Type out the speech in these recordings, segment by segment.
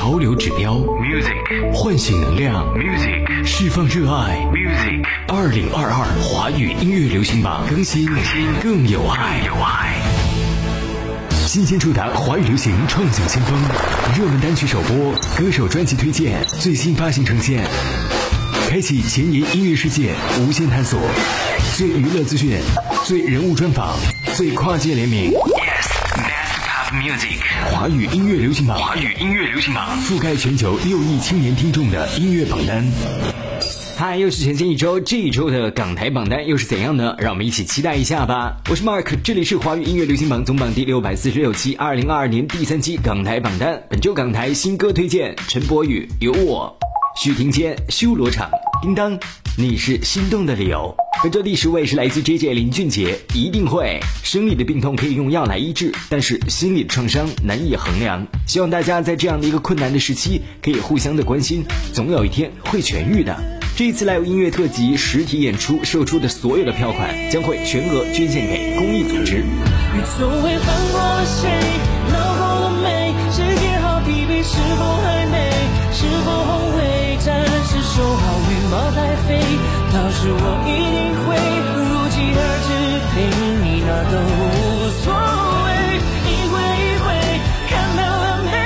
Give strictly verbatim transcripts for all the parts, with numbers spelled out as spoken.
潮流指标 Music， 唤醒能量 Music， 释放热爱 Music。 二零二二华语音乐流行榜更新， 更新更有爱。 有爱。 新鲜触达华语流行创想先锋，热门单曲首播，歌手专辑推荐，最新发行呈现，开启前沿音乐世界无限探索，最娱乐资讯，最人物专访，最跨界联名。 Yes，Best Pop Music， 华语音乐流行榜， 华语音乐流行榜覆盖全球六亿青年听众的音乐榜单。 嗨，又是前前一周，这一周的港台榜单又是怎样呢？让我们一起期待一下吧。我是 Mark， 这里是华语音乐流行榜总榜第六百四十六期，二零二二年第三期港台榜单。本周港台新歌推荐：陈柏宇有我，许廷铿修罗场，叮当，你是心动的理由。本周第十位是来自 J J 林俊杰，一定会。生理的病痛可以用药来医治，但是心理的创伤难以衡量。希望大家在这样的一个困难的时期，可以互相的关心，总有一天会痊愈的。这一次 live 音乐特辑实体演出售出的所有的票款将会全额捐献给公益组织。 与所谓放过了谁，闹够了没？世界好疲惫，是否还美？是否后悔？暂时收好羽毛太飞，到时我一定会如期而至，陪你那都无所谓。一回一回看到了没？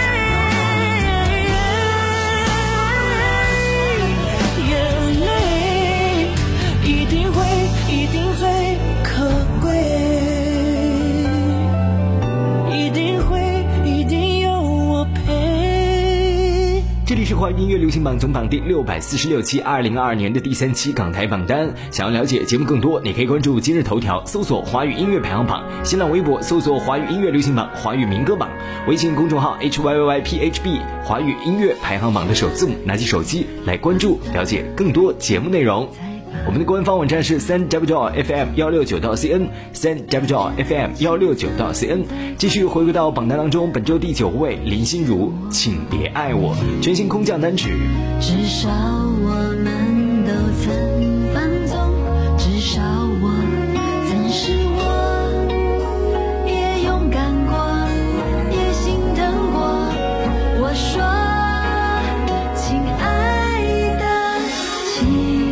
眼泪一定会，一定最可贵，一定会，一定有我陪。 这里是华语音乐流行榜总榜第六百四十六期，二零二二年的第三期港台榜单。想要了解节目更多，你可以关注今日头条搜索华语音乐排行榜，新浪微博搜索华语音乐流行榜、华语民歌榜，微信公众号 H Y Y Y P H B 华语音乐排行榜的首字母，拿起手机来关注，了解更多节目内容。我们的官方网站是三 W F M 一六九到 C N， 三 W F M 一六九到 C N。 继续回归到榜单当中，本周第九位林心如，请别爱我，全新空降单曲。 至少我们都曾放纵，至少我曾是我，也勇敢过，也心疼过。我说亲爱的，请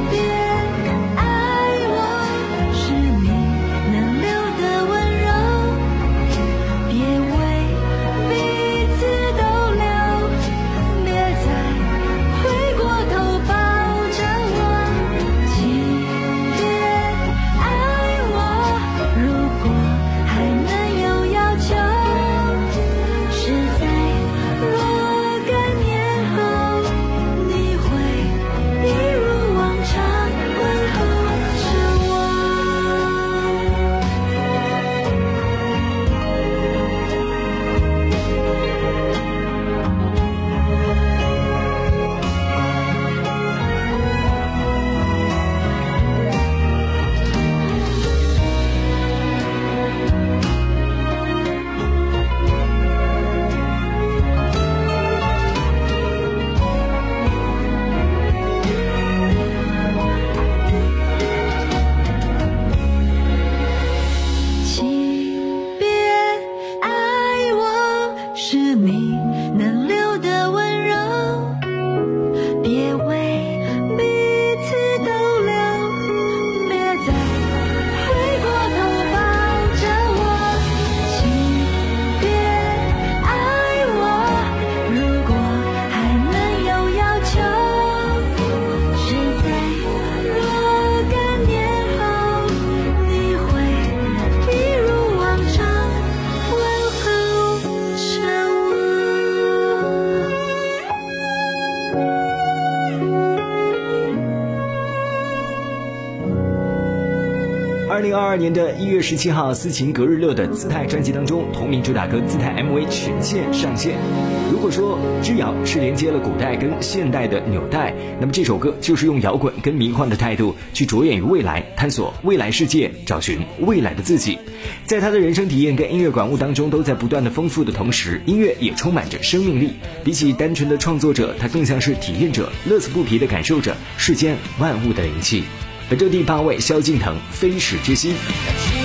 二零二二年的一月十七号，斯琴隔日乐的姿态专辑当中，同名主打歌姿态 M V 全线上线。如果说之遥是连接了古代跟现代的纽带，那么这首歌就是用摇滚跟迷幻的态度去着眼于未来，探索未来世界，找寻未来的自己。在他的人生体验跟音乐感悟当中都在不断的丰富的同时，音乐也充满着生命力。比起单纯的创作者，他更像是体验者，乐此不疲地感受着世间万物的灵气。本周第八位，萧敬腾《飞矢之心》。 几何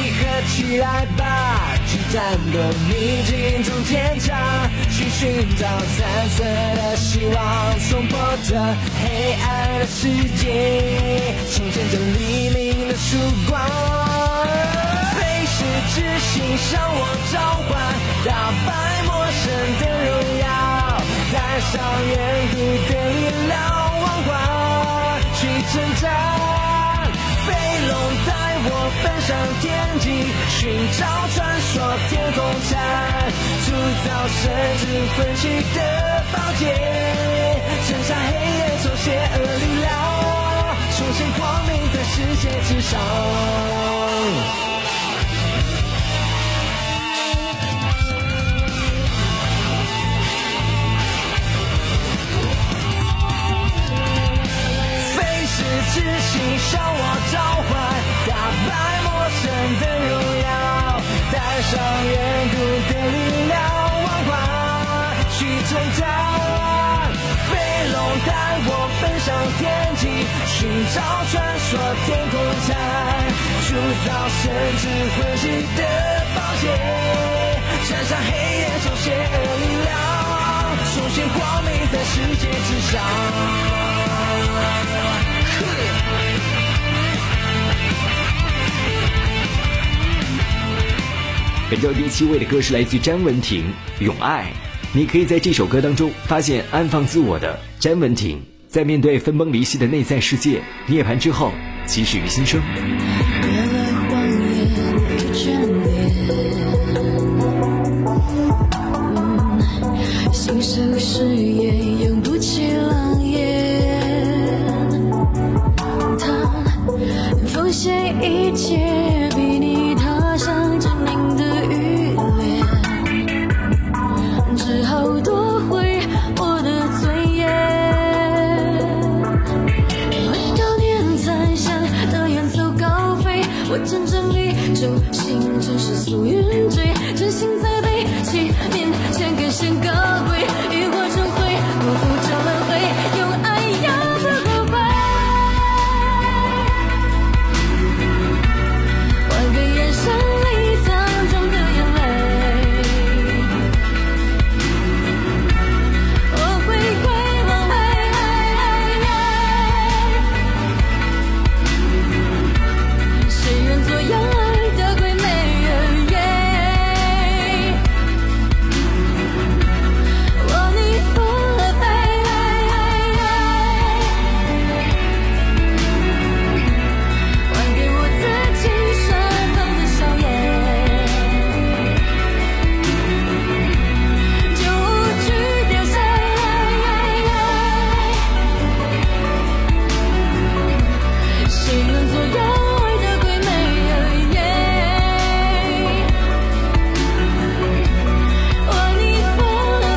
起来吧，激战的逆境中坚强，去寻找残存的希望，冲破这黑暗的世界，重现着黎明的曙光。飞逝之心向我召唤，打败陌生的荣耀，带上远古的力量，王冠去征战。飞龙带我奔向天际，寻找传说天空禅，铸造神之魂器的宝剑，斩杀黑夜中邪恶力量，重现光明在世界之上。之心向我召唤，打败陌生的荣耀，带上远古的力量，王冠去征战。飞龙带我奔向天际，寻找传说天空禅，铸造神之魂器的宝剑，斩杀黑夜中邪恶力量，重现光明在世界之上。 本周第七位的歌是来自詹雯婷《永爱》，你可以在这首歌当中发现安放自我的詹雯婷，在面对分崩离析的内在世界涅槃之后，起始于新生。 别来荒野的眷恋，新生誓言永不起浪烟，他奉献一切比你踏上真命的欲恋，只好夺回我的尊严。回到年残香的远走高飞，我真正宇宙心真是素云追，真心在被欺面前更显高贵，浴火成灰，我负着轮回，用爱要的告白，还给眼神里苍中的眼泪，我回归轮回，谁愿做养爱的鬼魅人耶，我逆风而飞，还给我自己绽放的笑颜，就无惧凋谢，谁能做养爱的鬼魅人耶，我逆风而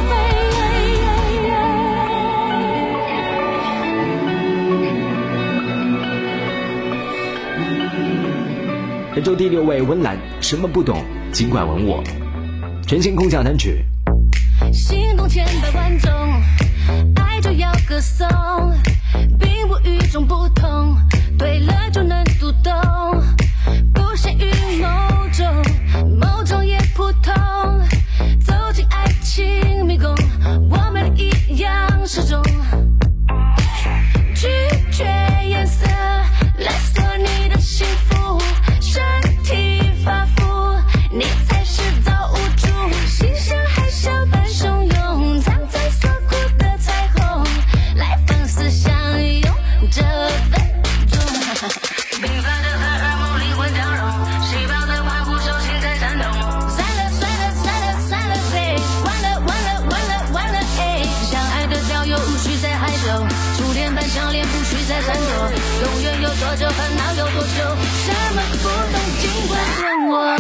飞。本周第六位温岚，什么不懂尽管问我，全新空降单曲。 心动千百万种，爱就要歌颂，并不与众不同，对了就能读懂，不限于某种，某种也普通，走进爱情迷宫，我们一样失踪，拒绝颜色来索你的幸福，身体发肤，你才是造物主，心像海啸般汹涌，藏在锁骨的彩虹，来放肆享用这分钟。平凡的荷尔蒙，灵魂交融，细胞的欢呼，手心在颤动。算了算了算了算了嘿，完了完了完了完了嘿，相爱的交友无需再害羞，初恋般相恋不需再闪躲，永远有多久，烦恼有多久，什么不懂尽管问我，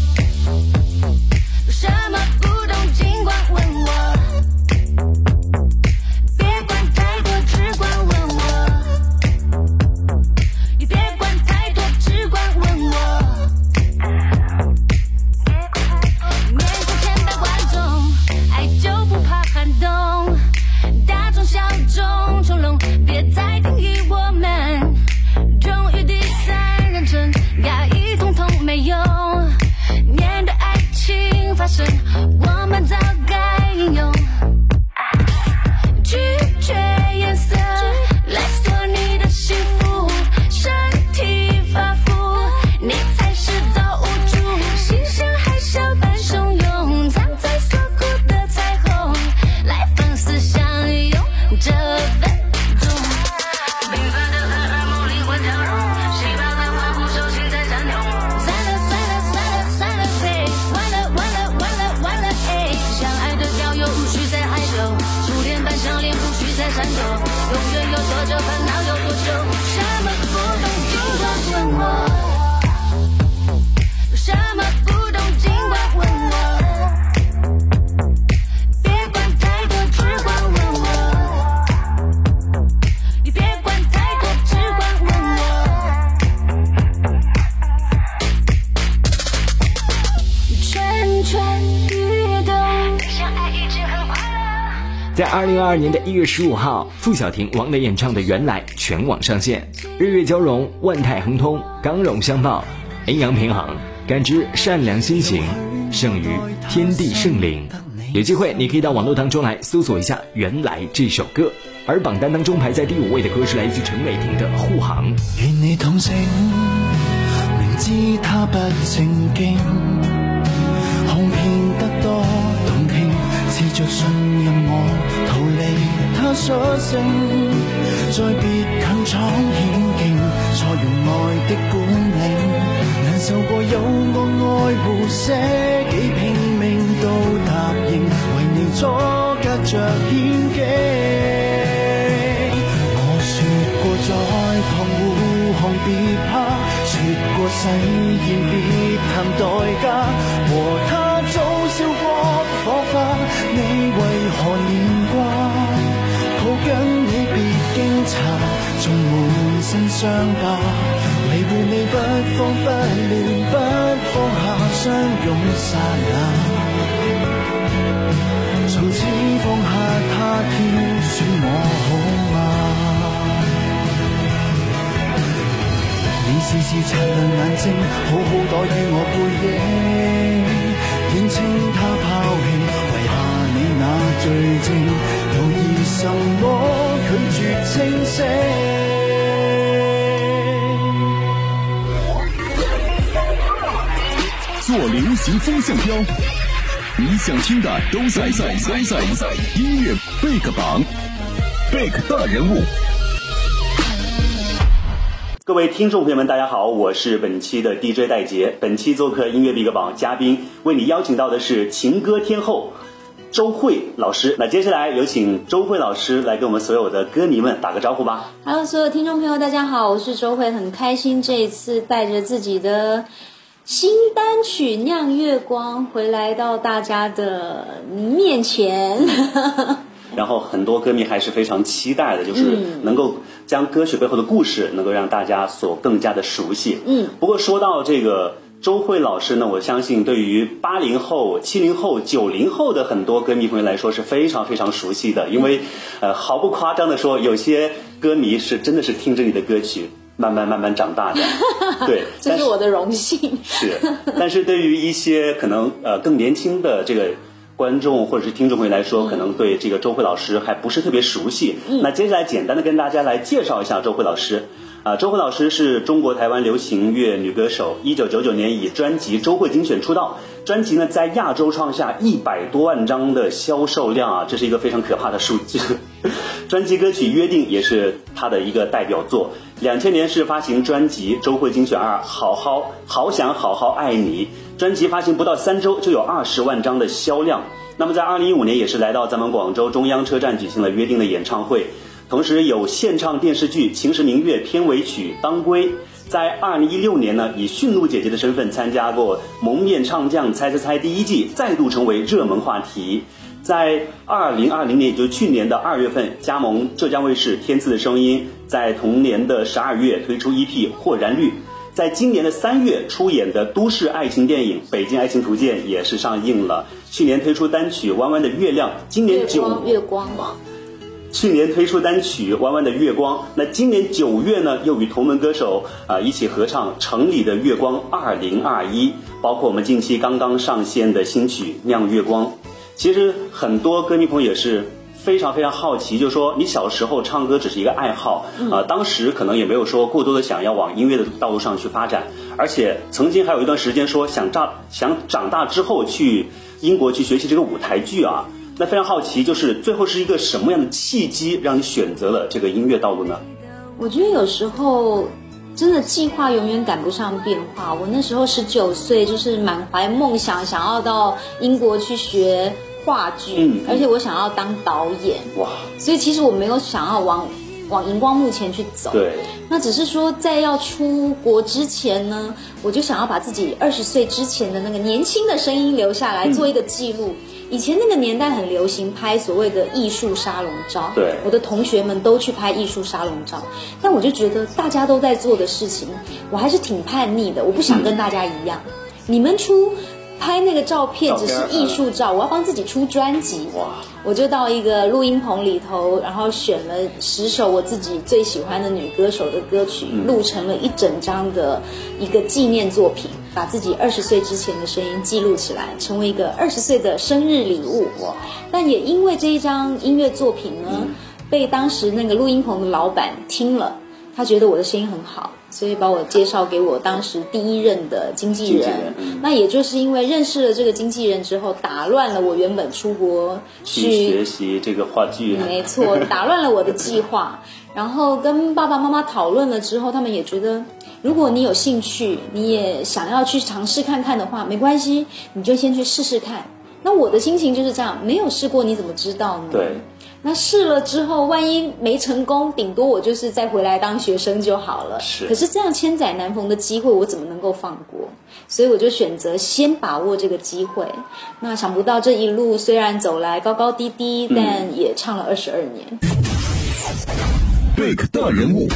什么不懂尽管问我，别管太多，只管问我，你别管太多，只管问我，面孔千百万种，爱就不怕寒冬，大众小众从容，别再定义我们，忠于第三人称，压抑统统没用， 这烦恼有多久？什么不懂尽管问我，什么不懂尽管问我，别管太多，只管问我，你别管太多，只管问我，蠢蠢欲动，相爱一直很快乐。 在二零二二年的一月十五号，付晓婷、王雷演唱的《原来》全网上线，日月交融，万态亨通，刚柔相报，阴阳平衡，感知善良心行，胜于天地圣灵。有机会你可以到网络当中来搜索一下《原来》这首歌。而榜单当中排在第五位的歌是来自陈伟霆的《护航》。 願你痛醒，明知他不正經，哄騙得多動聽，試着信任我，逃離他所性，再別強闖險境，錯用愛的本領，難受過有我愛護些幾拼命都答應，為你阻隔着險境。再狂護航別怕，說過誓言別談代價，和他早燒過火花，你為何念掛？抱緊你別驚詫，縱滿身傷疤，維護你不慌不亂不放下，相擁剎那，從此放下他挑選我好嗎？你試試擦亮眼睛，好好待於我背影，認清他拋棄，遺下你那罪證，猶疑什麼拒絕清醒。 做流行风向标，你想听的都在都在都在音乐贝克榜，贝克大人物。 各位听众朋友们，大家好，我是本期的 D J 戴杰。本期做客音乐 Big 榜嘉宾，为你邀请到的是情歌天后周蕙老师。那接下来有请周蕙老师来跟我们所有的歌迷们打个招呼吧。 Hello， 所有听众朋友，大家好，我是周蕙，很开心这一次带着自己的新单曲《酿月光》回来到大家的面前。 然后很多歌迷还是非常期待的，就是能够将歌曲背后的故事能够让大家所更加的熟悉。嗯，不过说到这个周蕙老师呢，我相信对于八零后、七零后、九零后的很多歌迷朋友来说是非常非常熟悉的，因为呃毫不夸张的说，有些歌迷是真的是听着你的歌曲慢慢慢慢长大的。对， 这是我的荣幸。 是，但是对于一些可能呃更年轻的这个观众或者是听众朋友来说，可能对这个周蕙老师还不是特别熟悉。嗯，那接下来简单的跟大家来介绍一下周蕙老师。啊，周蕙老师是中国台湾流行乐女歌手，一九九九年以专辑《周蕙精选》出道。专辑呢在亚洲创下一百多万张的销售量啊，这是一个非常可怕的数字。专辑歌曲《约定》也是她的一个代表作。两千年是发行专辑《周蕙精选二》，好好好想好好爱你。专辑发行不到三周就有二十万张的销量。那么在二零一五年也是来到咱们广州中央车站举行了《约定》的演唱会，同时有献唱电视剧《秦时明月》片尾曲《当归》。在二零一六年呢，以驯鹿姐姐的身份参加过《蒙面唱将猜猜猜》第一季，再度成为热门话题。在二零二零年，也就是去年的二月份，加盟浙江卫视《天赐的声音》，在同年的十二月推出 E P《豁然绿》。在今年的三月出演的都市爱情电影《北京爱情图鉴》也是上映了。去年推出单曲《弯弯的月亮》，今年九月光嘛。 去年推出单曲《弯弯的月光》，那今年九月呢，又与同门歌手啊、呃、一起合唱《城里的月光二零二一》，包括我们近期刚刚上线的新曲《酿月光》。其实很多歌迷朋友也是非常非常好奇，就是说你小时候唱歌只是一个爱好啊、呃，当时可能也没有说过多的想要往音乐的道路上去发展，而且曾经还有一段时间说想长想长大之后去英国去学习这个舞台剧啊。那非常好奇，就是最后是一个什么样的契机让你选择了这个音乐道路呢？ 我觉得有时候真的计划永远赶不上变化。我那时候十九岁，就是满怀梦想，想要到英国去学话剧、嗯，而且我想要当导演。哇！所以其实我没有想要往往荧光幕前去走。 对， 那只是说在要出国之前呢，我就想要把自己二十岁之前的那个年轻的声音留下来，做一个记录。嗯，以前那个年代很流行拍所谓的艺术沙龙照， 对， 我的同学们都去拍艺术沙龙照，但我就觉得大家都在做的事情，我还是挺叛逆的，我不想跟大家一样。嗯，你们出拍那个照片只是艺术照，我要帮自己出专辑。哇！我就到一个录音棚里头，然后选了十首我自己最喜欢的女歌手的歌曲，嗯，录成了一整张的一个纪念作品，把自己二十岁之前的声音记录起来，成为一个二十岁的生日礼物。哇！但也因为这一张音乐作品呢，嗯，被当时那个录音棚的老板听了，他觉得我的声音很好，所以把我介绍给我当时第一任的经纪人。经纪人嗯，那也就是因为认识了这个经纪人之后，打乱了我原本出国去, 去学习这个话剧。 没错，打乱了我的计划。然后跟爸爸妈妈讨论了之后，他们也觉得，如果你有兴趣，你也想要去尝试看看的话，没关系，你就先去试试看。那我的心情就是这样，没有试过你怎么知道呢？ 对。 那试了之后，万一没成功，顶多我就是再回来当学生就好了。 是。可是这样千载难逢的机会，我怎么能够放过？所以我就选择先把握这个机会。那想不到这一路虽然走来高高低低，嗯，但也唱了二十二年。 贝克大人物。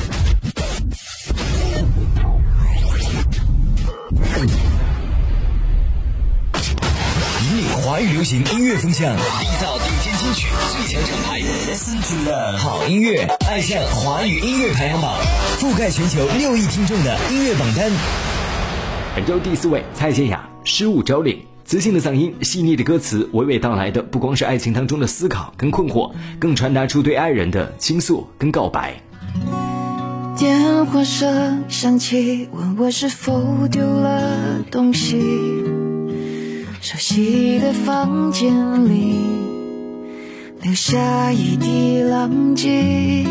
引领华语流行音乐风向，缔造顶尖金曲最强厂牌 ，Listen to the 好音乐，爱上华语音乐排行榜，覆盖全球六亿听众的音乐榜单。 本周第四位，蔡健雅，失物招领。磁性的嗓音，细腻的歌词，娓娓道来的不光是爱情当中的思考跟困惑，更传达出对爱人的倾诉跟告白。 电话声响起，问我是否丢了东西。熟悉的房间里，留下一地狼藉。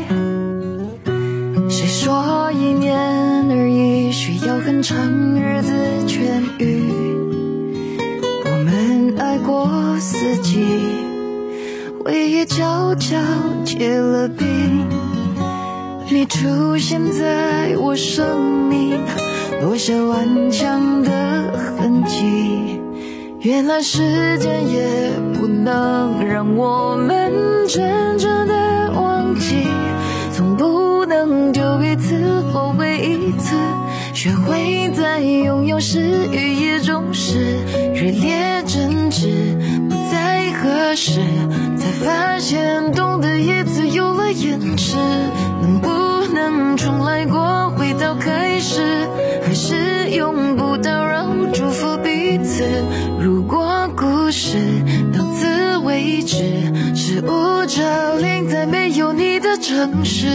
谁说一年而已，需要很长日子痊愈？我们爱过四季，回忆悄悄结了冰。你出现在我生命，落下顽强的痕迹。原来时间也不能让我们真正的忘记，从不能就一次后悔一次，学会在拥有时予以重视，热烈争执不再合适，才发现懂得一次有了延迟。能不能重来过，回到开始，还是永不打扰，祝福彼此。如果故事到此为止，失物招领在没有你的城市。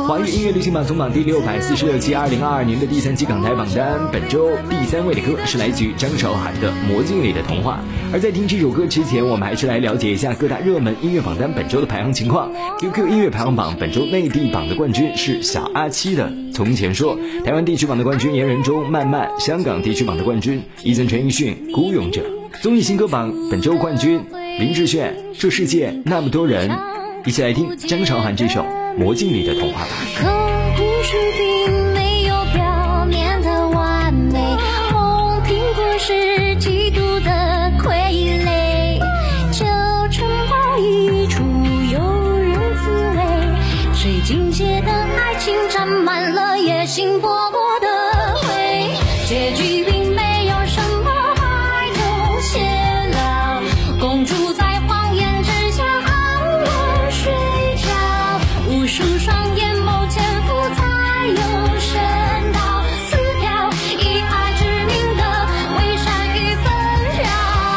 华语音乐流行榜总榜第六百四十六期，二零二二年的第三期港台榜单。本周第三位的歌是来自于张韶涵的《魔镜里的童话》。而在听这首歌之前，我们还是来了解一下各大热门音乐榜单本周的排行情况。Q Q 音乐排行榜本周内地榜的冠军是小阿七的《从前说》，台湾地区榜的冠军严仁中《慢慢》，香港地区榜的冠军伊森陈奕迅《孤勇者》。综艺新歌榜本周冠军林志炫《这世界那么多人》。一起来听张韶涵这首《魔镜里的童话》吧。 可故事并没有表面的完美，红苹果是嫉妒的傀儡，旧城堡一处有人自危，水晶界的爱情沾满了野心勃勃的灰，结局并没有什么白头偕老，公主在谎言之下安稳睡觉，无数双眼眸潜伏才有深道，撕掉以爱之名的伪善与纷扰。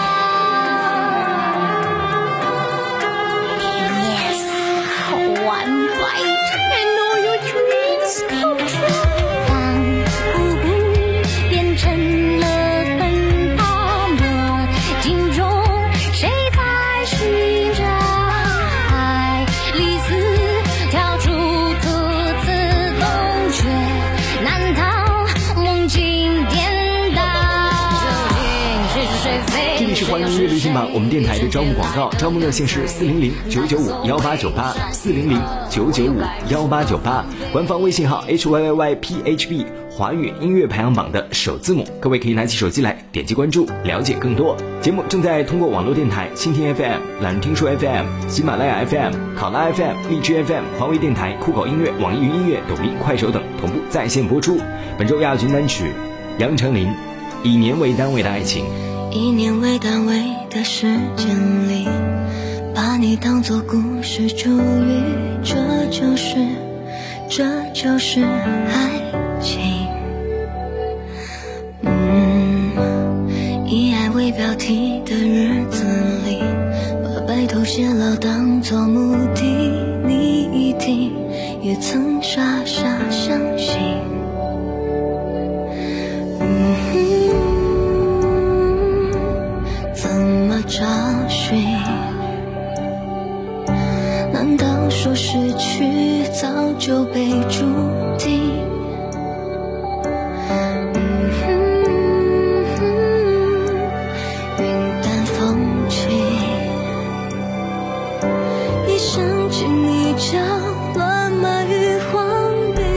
Yes, one bite and all your dreams come true。 当瀑布变成了奔跑魔镜中，谁在寻找爱丽丝跳出兔子洞穴，难逃梦境颠倒，究竟谁是谁非？ 这里是华语音乐流行榜，我们电台的招募广告，招募热线是四零零九九五幺八九八，四零零九九五幺八九八，官方微信号 H Y Y Y P H B， 华语音乐排行榜的首字母，各位可以拿起手机来点击关注，了解更多。节目正在通过网络电台蜻蜓 F M、懒人听说 F M、喜马拉雅 F M、考拉 F M、荔枝 F M、华为电台、酷狗音乐、网易云音乐、抖音、快手等同步在线播出。本周亚军单曲杨丞琳《以年为单位的爱情》。 以年为单位的时间里，把你当作故事主语，这就是这就是爱情。嗯，以爱为标题的日子里，把白头偕老当作目的，你一定也曾傻傻相信。找寻，难道说失去早就被注定？云淡风轻，一想起你叫乱马与黄鹂，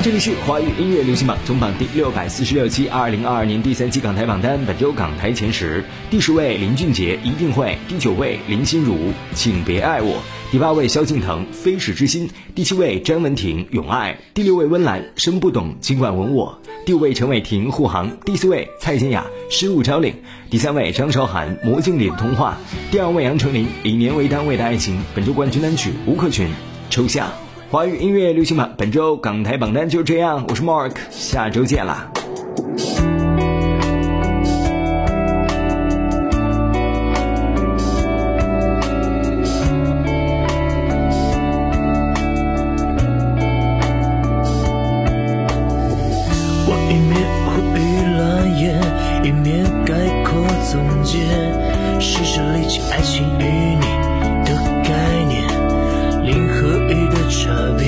这里是华语音乐流行榜总榜第六百四十六期，二零二二年第三期港台榜单。本周港台前十，第十位林俊杰一定会，第九位林心如请别爱我，第八位萧敬腾飞逝之心，第七位张文婷永爱，第六位温岚生不懂尽管吻我，第五位陈伟霆护航，第四位蔡健雅失物招领，第三位张韶涵魔镜里的童话，第二位杨丞琳以年为单位的爱情。本周冠军单曲吴克群抽象。华语音乐流行榜本周港台榜单就这样，我是 Mark， 下周见啦。 我一面呼吁乱言，一面概括总结，试着理解爱情与你的概念，零和一的差别。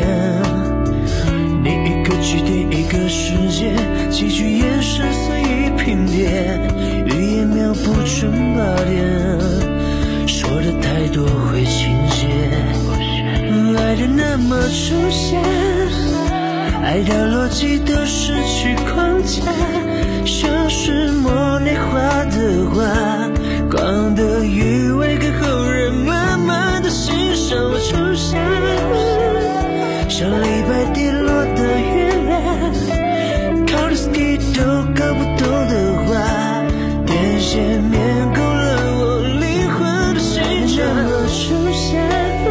你一个句点一个世界，几句眼神随意拼叠，语言描不准八点，说的太多会倾斜，爱的那么抽象，爱到逻辑都失去框架，像是莫内画的画，光的余味给后人慢慢的欣赏。我抽象，像礼拜跌落的月亮，靠的 ski 都搞不懂的话，点线面勾勒我灵魂的形状。我抽象，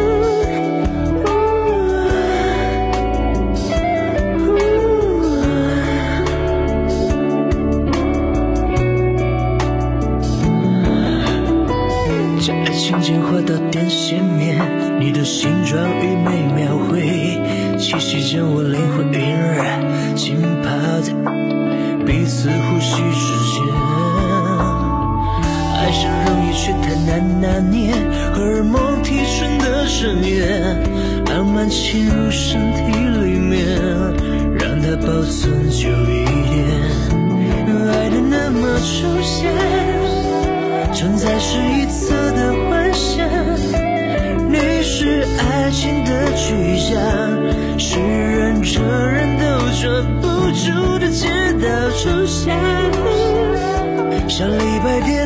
轻轻画到点线面，你的形状与美描绘，气息将我灵魂晕染，浸泡在彼此呼吸之间。爱上容易却太难拿捏，荷尔蒙提纯的声音，浪漫侵入身体里面，让它保存久一点。爱的那么抽象，承载是一侧的幻想，你是爱情的具象，是人这人都抓不住的街道抽象，像礼拜天